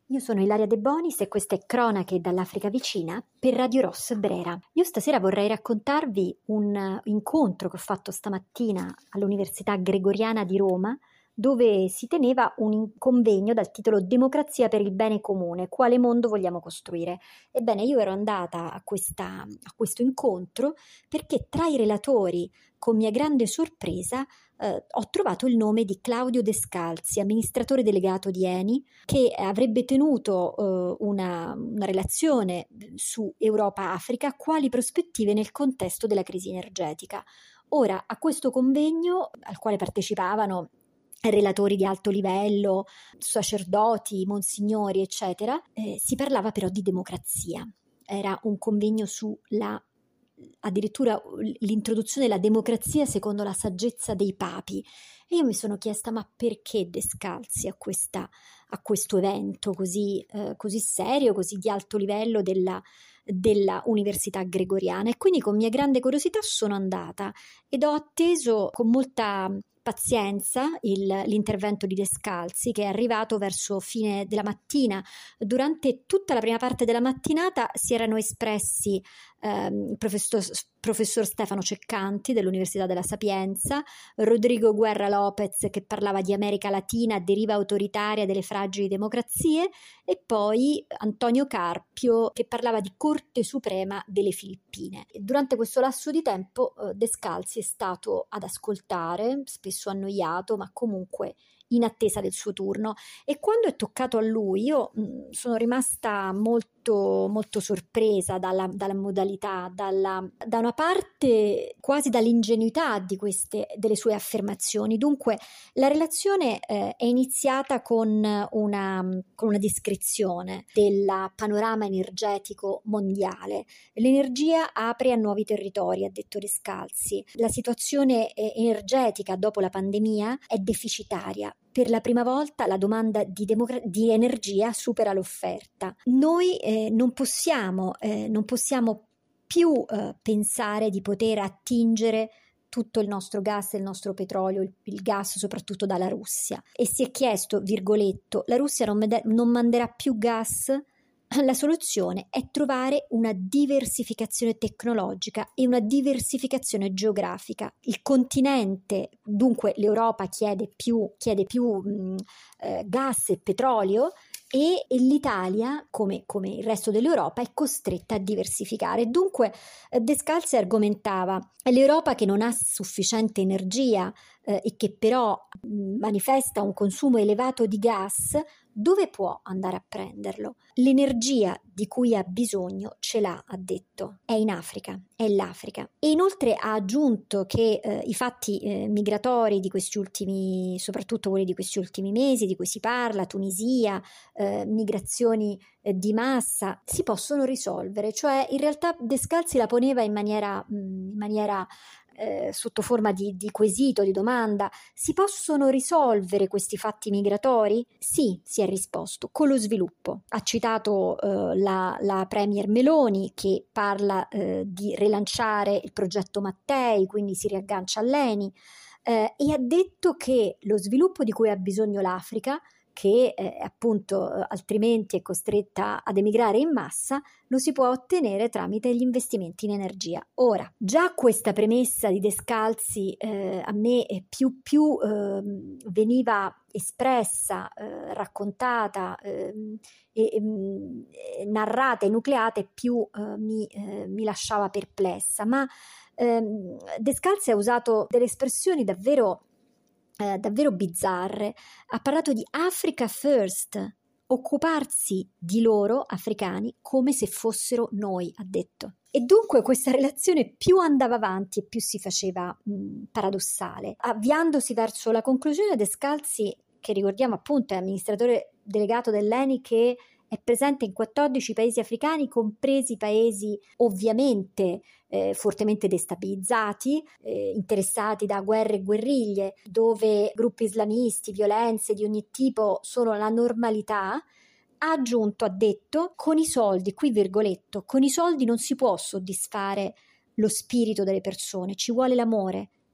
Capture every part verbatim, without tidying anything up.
Io sono Ilaria De Bonis e queste cronache dall'Africa vicina per Radio Ross Brera. Io stasera vorrei raccontarvi un incontro che ho fatto stamattina all'Università Gregoriana di Roma, dove si teneva un convegno dal titolo Democrazia per il bene comune, quale mondo vogliamo costruire? Ebbene, io ero andata a, questa, a questo incontro perché tra i relatori, con mia grande sorpresa, eh, ho trovato il nome di Claudio Descalzi, amministratore delegato di Eni, che avrebbe tenuto eh, una, una relazione su Europa-Africa, quali prospettive nel contesto della crisi energetica. Ora, a questo convegno, al quale partecipavano relatori di alto livello, sacerdoti, monsignori, eccetera, eh, si parlava però di democrazia. Era un convegno sulla addirittura l'introduzione della democrazia secondo la saggezza dei papi. E io mi sono chiesta: ma perché Descalzi a, questa, a questo evento così, eh, così serio, così di alto livello della, della Università Gregoriana? E quindi con mia grande curiosità sono andata ed ho atteso con molta pazienza il, l'intervento di Descalzi, che è arrivato verso fine della mattina. Durante tutta la prima parte della mattinata si erano espressi ehm, il professor, professor Stefano Ceccanti dell'Università della Sapienza, Rodrigo Guerra Lopez che parlava di America Latina, deriva autoritaria delle fragili democrazie, e poi Antonio Carpio che parlava di Corte Suprema delle Filippine. Durante questo lasso di tempo eh, Descalzi è stato ad ascoltare, spesso annoiato, ma comunque in attesa del suo turno, e quando è toccato a lui io mh, sono rimasta molto molto sorpresa dalla, dalla modalità, dalla, da una parte quasi dall'ingenuità di queste delle sue affermazioni. Dunque la relazione eh, è iniziata con una, con una descrizione del panorama energetico mondiale. L'energia apre a nuovi territori, ha detto Descalzi. La situazione eh, energetica dopo la pandemia è deficitaria. Per la prima volta la domanda di, democra- di energia supera l'offerta. Noi eh, non possiamo, eh, non possiamo più eh, pensare di poter attingere tutto il nostro gas e il nostro petrolio, il, il gas soprattutto dalla Russia. E si è chiesto, virgoletto, la Russia non, med- non manderà più gas? La soluzione è trovare una diversificazione tecnologica e una diversificazione geografica. Il continente, dunque l'Europa, chiede più, chiede più mh, eh, gas e petrolio, e, e l'Italia, come, come il resto dell'Europa, è costretta a diversificare. Dunque eh, Descalzi argomentava: l'Europa che non ha sufficiente energia eh, e che però mh, manifesta un consumo elevato di gas, dove può andare a prenderlo? L'energia di cui ha bisogno ce l'ha, ha detto, è in Africa, è l'Africa. E inoltre ha aggiunto che eh, i fatti eh, migratori di questi ultimi, soprattutto quelli di questi ultimi mesi, di cui si parla, Tunisia, eh, migrazioni eh, di massa, si possono risolvere. Cioè in realtà Descalzi la poneva in maniera, mh, in maniera Eh, sotto forma di, di quesito, di domanda: si possono risolvere questi fatti migratori? Sì, si è risposto, con lo sviluppo. Ha citato eh, la, la premier Meloni, che parla eh, di rilanciare il progetto Mattei, quindi si riaggancia all'Eni, eh, e ha detto che lo sviluppo di cui ha bisogno l'Africa, che eh, appunto eh, altrimenti è costretta ad emigrare in massa, lo si può ottenere tramite gli investimenti in energia. Ora, già questa premessa di Descalzi eh, a me più, più eh, veniva espressa, eh, raccontata, eh, e, e, narrata, enucleata, e più eh, mi, eh, mi lasciava perplessa. Ma ehm, Descalzi ha usato delle espressioni davvero Eh, davvero bizzarre. Ha parlato di Africa First, occuparsi di loro, africani, come se fossero noi, ha detto. E dunque questa relazione più andava avanti e più si faceva mh, paradossale. Avviandosi verso la conclusione, Descalzi, che ricordiamo appunto è amministratore delegato dell'Eni, che è presente in quattordici paesi africani, compresi paesi ovviamente eh, fortemente destabilizzati, eh, interessati da guerre e guerriglie, dove gruppi islamisti, violenze di ogni tipo sono la normalità. Ha aggiunto, ha detto: con i soldi, qui virgoletto, con i soldi non si può soddisfare lo spirito delle persone, ci vuole l'amore,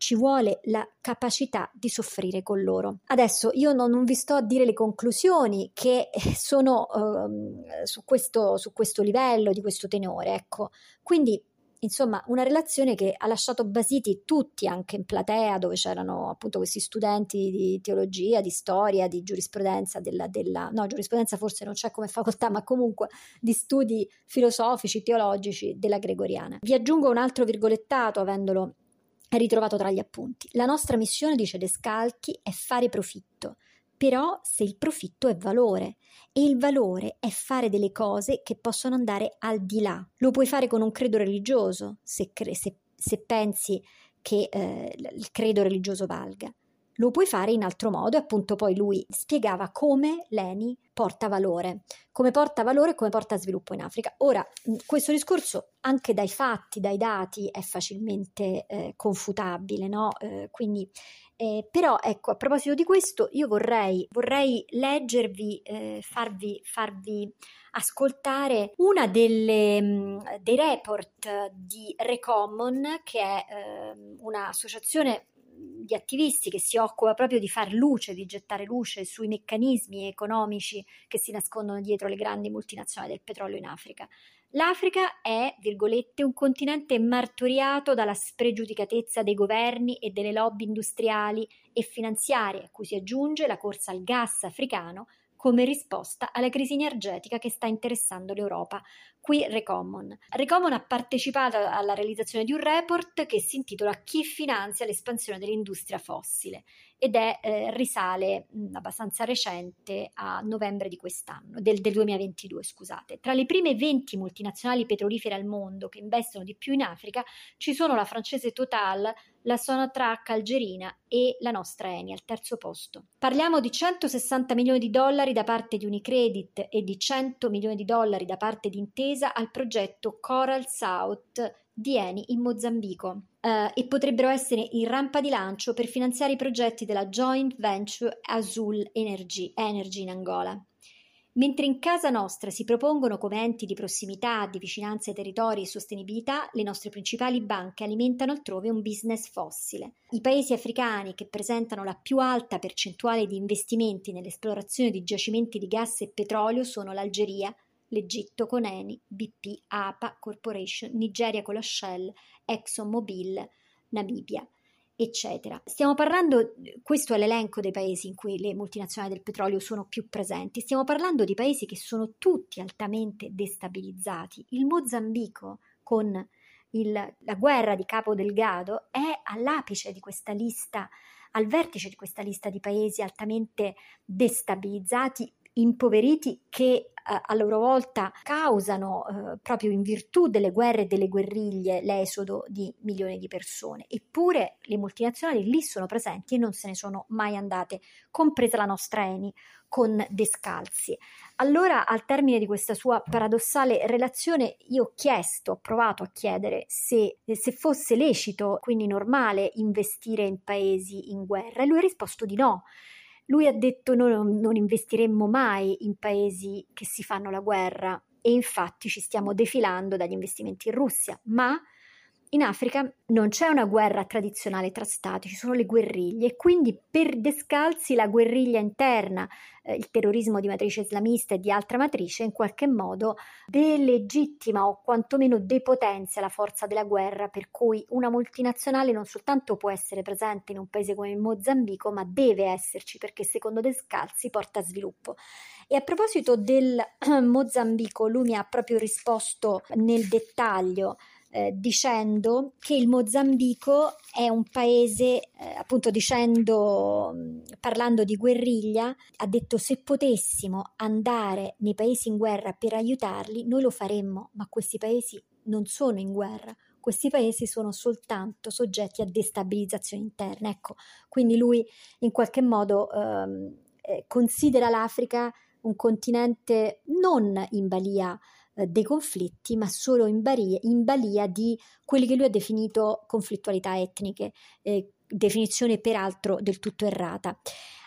ci vuole la capacità di soffrire con loro. Adesso io non, non vi sto a dire le conclusioni che sono um, su questo, su questo livello, di questo tenore, ecco. Quindi insomma, una relazione che ha lasciato basiti tutti, anche in platea, dove c'erano appunto questi studenti di teologia, di storia, di giurisprudenza, della, della no, giurisprudenza forse non c'è come facoltà, ma comunque di studi filosofici, teologici della Gregoriana. Vi aggiungo un altro virgolettato, avendolo ritrovato tra gli appunti. La nostra missione, dice Descalchi, è fare profitto. Però se il profitto è valore, e il valore è fare delle cose che possono andare al di là. Lo puoi fare con un credo religioso, se, cre- se, se pensi che eh, il credo religioso valga. Lo puoi fare in altro modo, e appunto poi lui spiegava come l'E N I porta valore, come porta valore e come porta sviluppo in Africa. Ora, questo discorso anche dai fatti, dai dati è facilmente eh, confutabile, no? Eh, quindi, eh, però ecco, a proposito di questo, io vorrei, vorrei leggervi, eh, farvi, farvi ascoltare una delle mh, dei report di Recommon, che è eh, un'associazione di attivisti che si occupa proprio di far luce, di gettare luce sui meccanismi economici che si nascondono dietro le grandi multinazionali del petrolio in Africa. L'Africa è, virgolette, un continente martoriato dalla spregiudicatezza dei governi e delle lobby industriali e finanziarie, a cui si aggiunge la corsa al gas africano come risposta alla crisi energetica che sta interessando l'Europa. Qui Recommon. Recommon ha partecipato alla realizzazione di un report che si intitola Chi finanzia l'espansione dell'industria fossile, ed è eh, risale mh, abbastanza recente, a novembre di quest'anno, del, del duemilaventidue, scusate. Tra le prime venti multinazionali petrolifere al mondo che investono di più in Africa ci sono la francese Total, la Sonatrach algerina e la nostra Eni al terzo posto. Parliamo di centosessanta milioni di dollari da parte di Unicredit e di cento milioni di dollari da parte di Intesa al progetto Coral South di Eni in Mozambico, eh, e potrebbero essere in rampa di lancio per finanziare i progetti della joint venture Azul Energy, Energy in Angola. Mentre in casa nostra si propongono come enti di prossimità, di vicinanza ai territori e sostenibilità, le nostre principali banche alimentano altrove un business fossile. I paesi africani che presentano la più alta percentuale di investimenti nell'esplorazione di giacimenti di gas e petrolio sono l'Algeria, l'Egitto con Eni, B P, A P A Corporation, Nigeria con la Shell, ExxonMobil, Namibia, eccetera. Stiamo parlando, questo è l'elenco dei paesi in cui le multinazionali del petrolio sono più presenti, stiamo parlando di paesi che sono tutti altamente destabilizzati. Il Mozambico, con il, la guerra di Cabo Delgado, è all'apice di questa lista, al vertice di questa lista di paesi altamente destabilizzati, impoveriti, che eh, a loro volta causano eh, proprio in virtù delle guerre e delle guerriglie l'esodo di milioni di persone. Eppure le multinazionali lì sono presenti e non se ne sono mai andate, compresa la nostra Eni con Descalzi. Allora, al termine di questa sua paradossale relazione, io ho chiesto, ho provato a chiedere se, se fosse lecito, quindi normale, investire in paesi in guerra, e lui ha risposto di no. Lui ha detto: noi non, non investiremmo mai in paesi che si fanno la guerra, e infatti ci stiamo defilando dagli investimenti in Russia, ma in Africa non c'è una guerra tradizionale tra stati, ci sono le guerriglie, e quindi per Descalzi la guerriglia interna, eh, il terrorismo di matrice islamista e di altra matrice, in qualche modo delegittima o quantomeno depotenzia la forza della guerra, per cui una multinazionale non soltanto può essere presente in un paese come il Mozambico, ma deve esserci, perché secondo Descalzi porta sviluppo. E a proposito del Mozambico, lui mi ha proprio risposto nel dettaglio, Eh, dicendo che il Mozambico è un paese, eh, appunto dicendo, parlando di guerriglia, ha detto: se potessimo andare nei paesi in guerra per aiutarli, noi lo faremmo, ma questi paesi non sono in guerra, questi paesi sono soltanto soggetti a destabilizzazione interna. Ecco, quindi lui in qualche modo ehm, eh, considera l'Africa un continente non in balia dei conflitti, ma solo in, baria, in balia di quelli che lui ha definito conflittualità etniche, eh, definizione peraltro del tutto errata.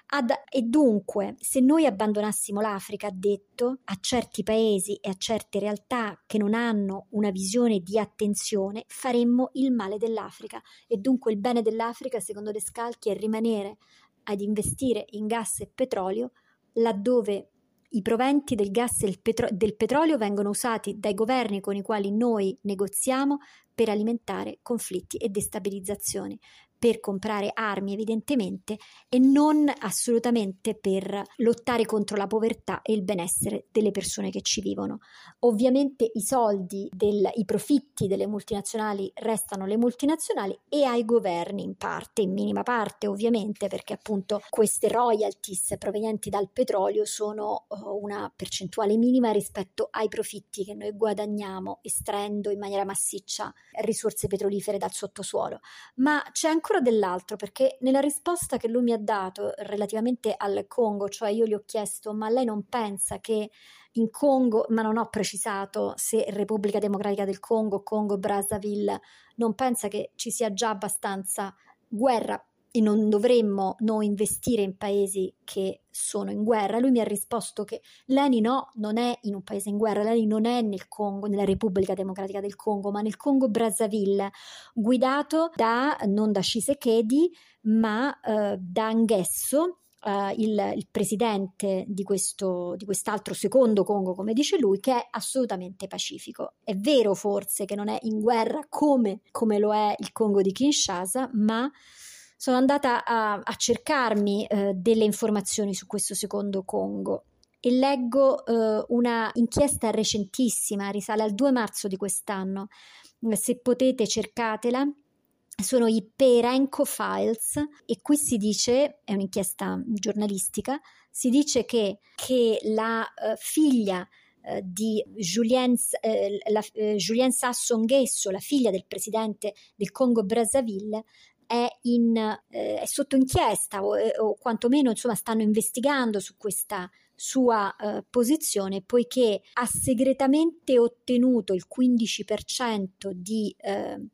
Ad, e dunque, se noi abbandonassimo l'Africa, ha detto, a certi paesi e a certe realtà che non hanno una visione di attenzione, faremmo il male dell'Africa. E dunque il bene dell'Africa, secondo Descalchi, è rimanere ad investire in gas e petrolio laddove i proventi del gas e il petro- del petrolio vengono usati dai governi con i quali noi negoziamo per alimentare conflitti e destabilizzazioni, per comprare armi evidentemente e non assolutamente per lottare contro la povertà e il benessere delle persone che ci vivono. Ovviamente i soldi, del, i profitti delle multinazionali restano le multinazionali e ai governi in parte, in minima parte ovviamente, perché appunto queste royalties provenienti dal petrolio sono uh, una percentuale minima rispetto ai profitti che noi guadagniamo estraendo in maniera massiccia risorse petrolifere dal sottosuolo. Ma c'è ancora dell'altro, perché nella risposta che lui mi ha dato relativamente al Congo, cioè io gli ho chiesto ma lei non pensa che in Congo, ma non ho precisato se Repubblica Democratica del Congo, Congo Brazzaville, non pensa che ci sia già abbastanza guerra e non dovremmo noi investire in paesi che sono in guerra? Lui mi ha risposto che l'Eni no, non è in un paese in guerra, l'Eni non è nel Congo, nella Repubblica Democratica del Congo, ma nel Congo Brazzaville, guidato da, non da Tshisekedi, ma eh, da Nguesso, Uh, il, il presidente di questo di quest'altro secondo Congo, come dice lui, che è assolutamente pacifico. È vero forse che non è in guerra come, come lo è il Congo di Kinshasa, ma sono andata a, a cercarmi eh, delle informazioni su questo secondo Congo e leggo eh, una inchiesta recentissima, risale al due marzo di quest'anno, se potete cercatela. Sono i Perenco Files e qui si dice, è un'inchiesta giornalistica, si dice che, che la uh, figlia uh, di Julien, uh, la, uh, Julien Sassou Nguesso, la figlia del presidente del Congo Brazzaville, è, in, uh, è sotto inchiesta o, o quantomeno insomma stanno investigando su questa sua uh, posizione, poiché ha segretamente ottenuto il quindici per cento di uh,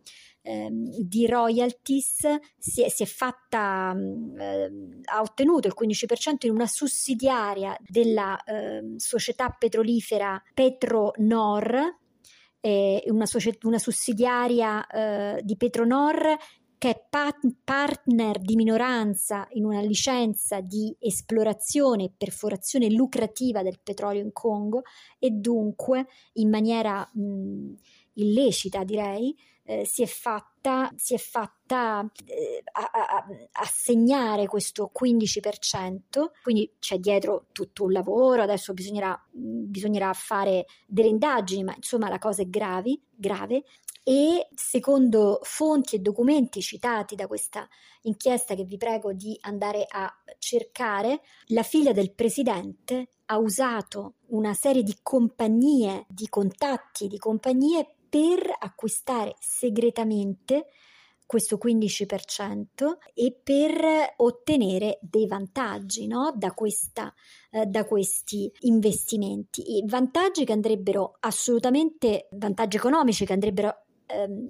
di royalties, si è, si è fatta eh, ha ottenuto il quindici per cento in una sussidiaria della eh, società petrolifera Petronor, eh, una, società, una sussidiaria eh, di Petronor che è pat- partner di minoranza in una licenza di esplorazione e perforazione lucrativa del petrolio in Congo e dunque in maniera mh, illecita, direi, eh, si è fatta, si è fatta eh, a, a, assegnare questo quindici per cento, quindi c'è dietro tutto un lavoro, adesso bisognerà, bisognerà fare delle indagini, ma insomma la cosa è gravi, grave. E secondo fonti e documenti citati da questa inchiesta che vi prego di andare a cercare, la figlia del presidente ha usato una serie di compagnie, di contatti di compagnie per acquistare segretamente questo quindici per cento e per ottenere dei vantaggi, no? da, questa, eh, da questi investimenti. I vantaggi che andrebbero assolutamente, vantaggi economici che andrebbero ehm,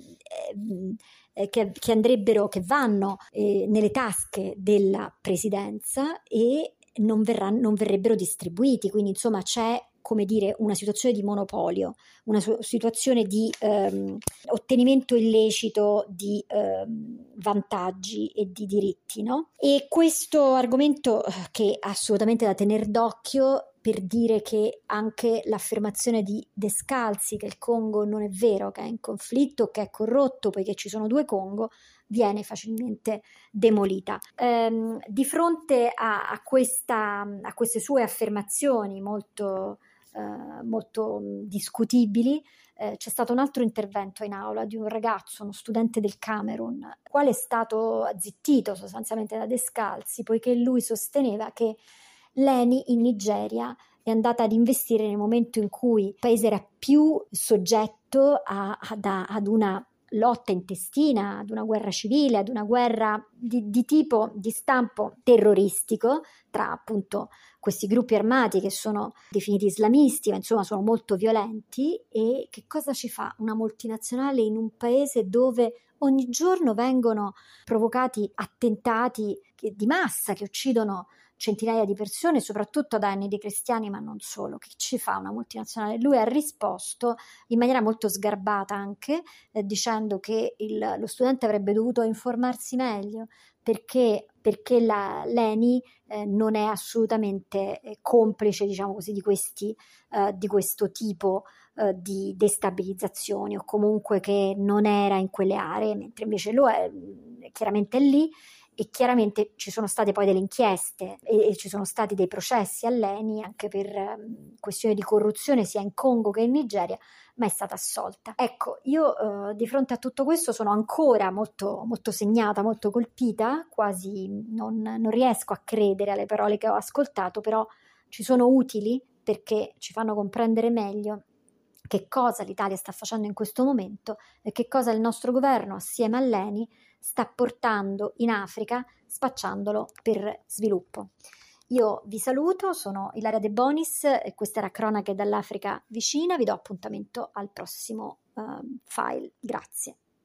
eh, che, che andrebbero, che vanno eh, nelle tasche della presidenza e non, verranno, non verrebbero distribuiti, quindi insomma c'è, come dire, una situazione di monopolio, una situazione di ehm, ottenimento illecito di ehm, vantaggi e di diritti, no? E questo argomento che è assolutamente da tener d'occhio per dire che anche l'affermazione di Descalzi che il Congo non è vero, che è in conflitto, che è corrotto poiché ci sono due Congo, viene facilmente demolita. Ehm, di fronte a, a, questa, a queste sue affermazioni molto Uh, molto um, discutibili, uh, c'è stato un altro intervento in aula di un ragazzo, uno studente del Camerun, quale è stato azzittito sostanzialmente da Descalzi, poiché lui sosteneva che l'Eni in Nigeria è andata ad investire nel momento in cui il paese era più soggetto a, ad, ad una lotta intestina, ad una guerra civile, ad una guerra di, di tipo, di stampo terroristico tra appunto questi gruppi armati che sono definiti islamisti, ma insomma sono molto violenti. E che cosa ci fa una multinazionale in un paese dove ogni giorno vengono provocati attentati di massa che uccidono centinaia di persone, soprattutto danni dei cristiani, ma non solo. Che ci fa una multinazionale? Lui ha risposto in maniera molto sgarbata anche, eh, dicendo che il, lo studente avrebbe dovuto informarsi meglio, perché, perché la, l'E N I eh, non è assolutamente eh, complice, diciamo così, di, questi, eh, di questo tipo eh, di destabilizzazioni, o comunque che non era in quelle aree, mentre invece lo è, chiaramente è lì. E chiaramente ci sono state poi delle inchieste e, e ci sono stati dei processi all'E N I anche per um, questioni di corruzione sia in Congo che in Nigeria, ma è stata assolta. Ecco, io uh, di fronte a tutto questo sono ancora molto, molto segnata, molto colpita, quasi non, non riesco a credere alle parole che ho ascoltato, però ci sono utili perché ci fanno comprendere meglio che cosa l'Italia sta facendo in questo momento e che cosa il nostro governo assieme all'E N I sta portando in Africa, spacciandolo per sviluppo. Io vi saluto, sono Ilaria De Bonis e questa era Cronache dall'Africa vicina, vi do appuntamento al prossimo uh, file. Grazie.